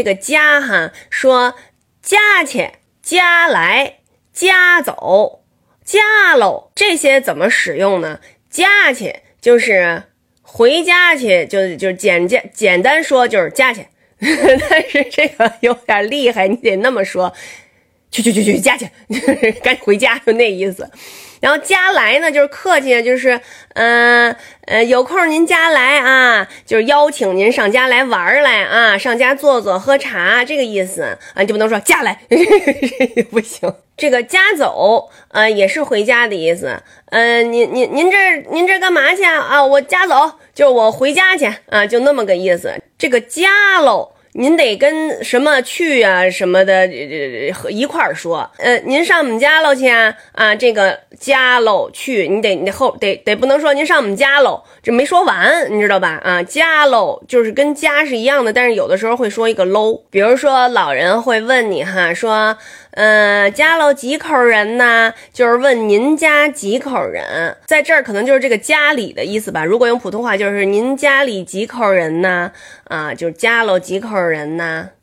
这个家哈，说家去、家来、家走、家喽，这些怎么使用呢？家去就是回家去，就简单说就是家去，但是这个有点厉害，你得那么说，去家去，赶紧回家，就那意思。然后家来呢，就是客气，就是有空您家来啊，就是邀请您上家来玩来啊，上家坐坐喝茶这个意思啊，你就不能说家来，不行。这个家走也是回家的意思。您这干嘛去啊？我家走，就是我回家去啊，就那么个意思。这个家喽，您得跟什么去啊什么的一块儿说。您上我们家喽去啊，这个家喽去，你得不能说您上我们家喽，这没说完，你知道吧？啊，家喽就是跟家是一样的，但是有的时候会说一个喽。比如说老人会问你哈，说家喽几口人呢？就是问您家几口人，在这儿可能就是这个家里的意思吧。如果用普通话就是您家里几口人呢？啊，就是家喽几口人呢？